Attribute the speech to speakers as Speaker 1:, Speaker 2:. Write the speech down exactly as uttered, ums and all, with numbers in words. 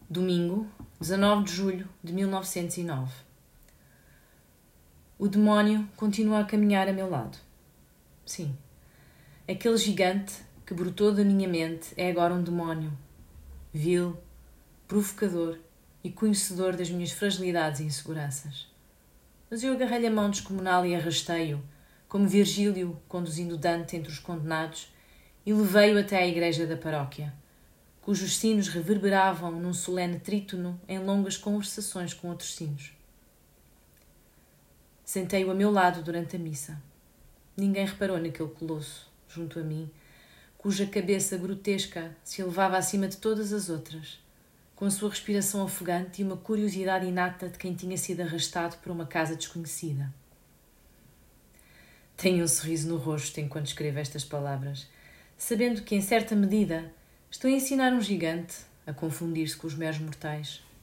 Speaker 1: Domingo, dezanove de julho de mil novecentos e nove. O demónio continua a caminhar a meu lado. Sim, aquele gigante que brotou da minha mente é agora um demónio, vil, provocador e conhecedor das minhas fragilidades e inseguranças. Mas eu agarrei-lhe a mão descomunal e arrastei-o, como Virgílio conduzindo Dante entre os condenados, e levei-o até à igreja da paróquia, cujos sinos reverberavam num solene trítono em longas conversações com outros sinos. Sentei-o a meu lado durante a missa. Ninguém reparou naquele colosso, junto a mim, cuja cabeça grotesca se elevava acima de todas as outras, com a sua respiração ofegante e uma curiosidade inata de quem tinha sido arrastado por uma casa desconhecida. Tenho um sorriso no rosto enquanto escrevo estas palavras, sabendo que, em certa medida, estou a ensinar um gigante a confundir-se com os meros mortais.